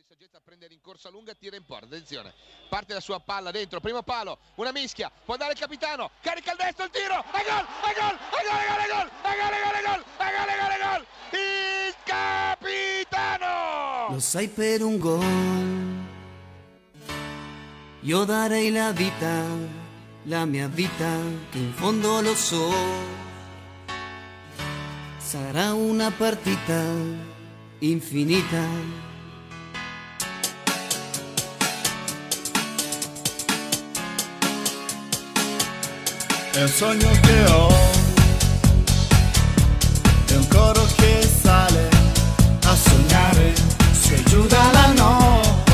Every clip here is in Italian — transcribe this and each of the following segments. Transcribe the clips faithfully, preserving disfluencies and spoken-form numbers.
Saggezza a prendere in corsa lunga, tira in porta, attenzione, parte la sua palla dentro, primo palo, una mischia, può andare il capitano, carica il destro, il tiro, e gol, e gol, e gol, e gol, e gol, e gol, e gol, e gol, e gol, e gol, e gol, il capitano! Lo sai, per un gol io darei la vita, la mia vita, che in fondo lo so, sarà una partita infinita. È un sogno che ho, è un coro che sale a sognare, su e giù dalla notte,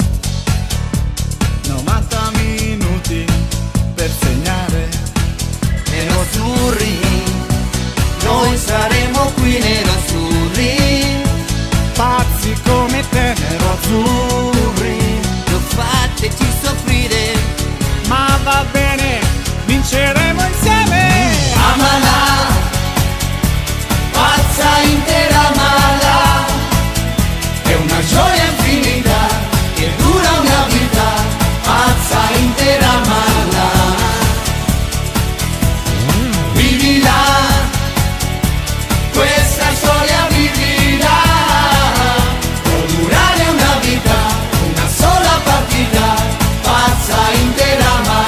novanta minuti per segnare. Nerazzurri, noi saremo qui nerazzurri, Pazzi come te, nerazzurri, lo fateci soffrire, ma va bene, vinceremo insieme. amala, pazza intera mala, è una gioia infinita che dura una vita, pazza intera mala, vivila, questa storia vivila, può durare una vita, una sola partita, pazza intera mala.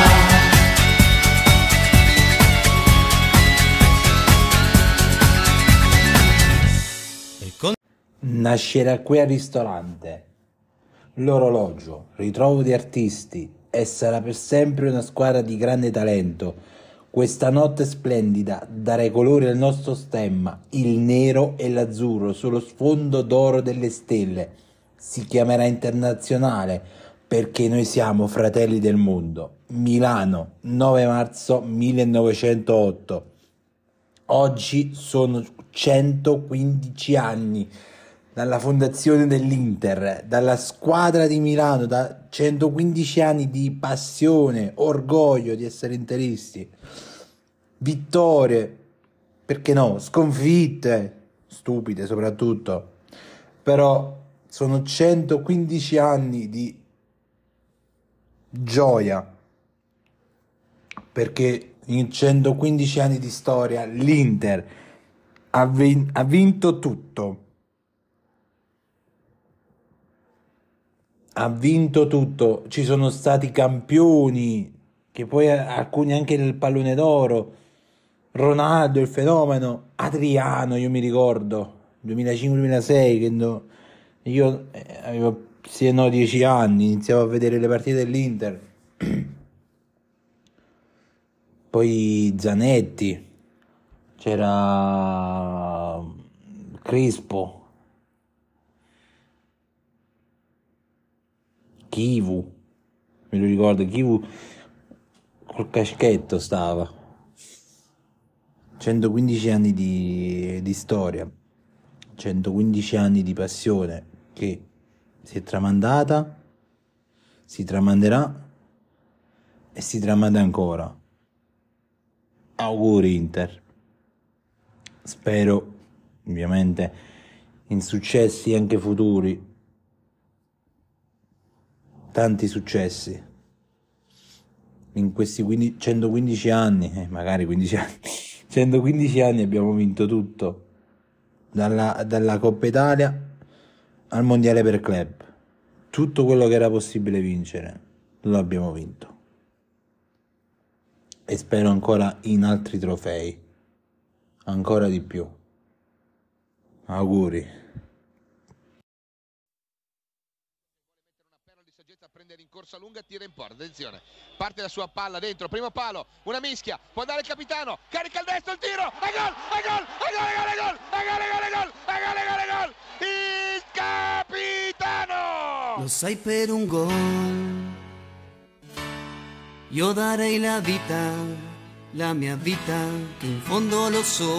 Nascerà qui al ristorante l'orologio, ritrovo di artisti, e sarà per sempre una squadra di grande talento. Questa notte splendida darà colore al nostro stemma, il nero e l'azzurro sullo sfondo d'oro delle stelle. Si chiamerà internazionale perché noi siamo fratelli del mondo. Milano, nove marzo millenovecentootto. Oggi sono centoquindici anni dalla fondazione dell'Inter, dalla squadra di Milano, da centoquindici anni di passione, orgoglio di essere interisti, vittorie, perché no, sconfitte, stupide soprattutto, però sono centoquindici anni di gioia, perché in centoquindici anni di storia l'Inter ha, vin- ha vinto tutto. Ha vinto tutto, ci sono stati campioni, che poi alcuni anche nel pallone d'oro, Ronaldo il fenomeno, Adriano, io mi ricordo, duemilacinque duemilasei, che no, io eh, avevo sì, no, dieci anni, iniziavo a vedere le partite dell'Inter, poi Zanetti, c'era Crispo, Chivu, me lo ricordo, Chivu col caschetto stava. centoquindici anni di, di storia, centoquindici anni di passione che si è tramandata, si tramanderà e si tramanda ancora. Auguri Inter, spero ovviamente in successi anche futuri, tanti successi in questi quindici, centoquindici anni, eh, magari quindici anni, centoquindici anni abbiamo vinto tutto, dalla, dalla Coppa Italia al Mondiale per club, tutto quello che era possibile vincere lo abbiamo vinto, e spero ancora in altri trofei, ancora di più. Auguri. Saggezza a prendere in corsa lunga, tira in porta, attenzione, parte la sua palla dentro, primo palo, una mischia, può andare il capitano, carica il destro, il tiro, e gol, e gol, e gol, e gol, e gol, e gol, e gol, e gol, e gol, e gol, e gol, il capitano! Lo sai, per un gol io darei la vita, la mia vita, che in fondo lo so,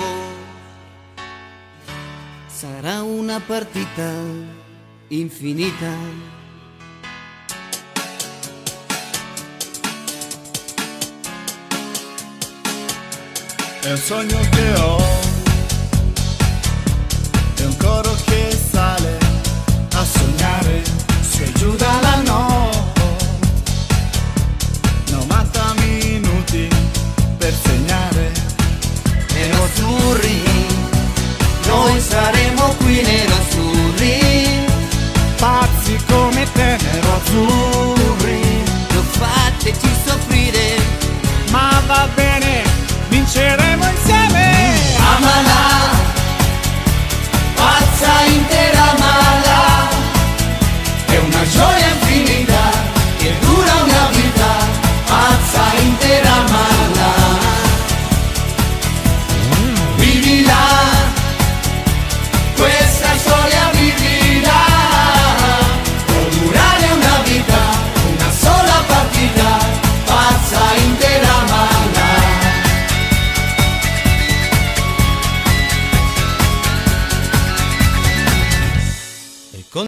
sarà una partita infinita. È un sogno che ho, è un coro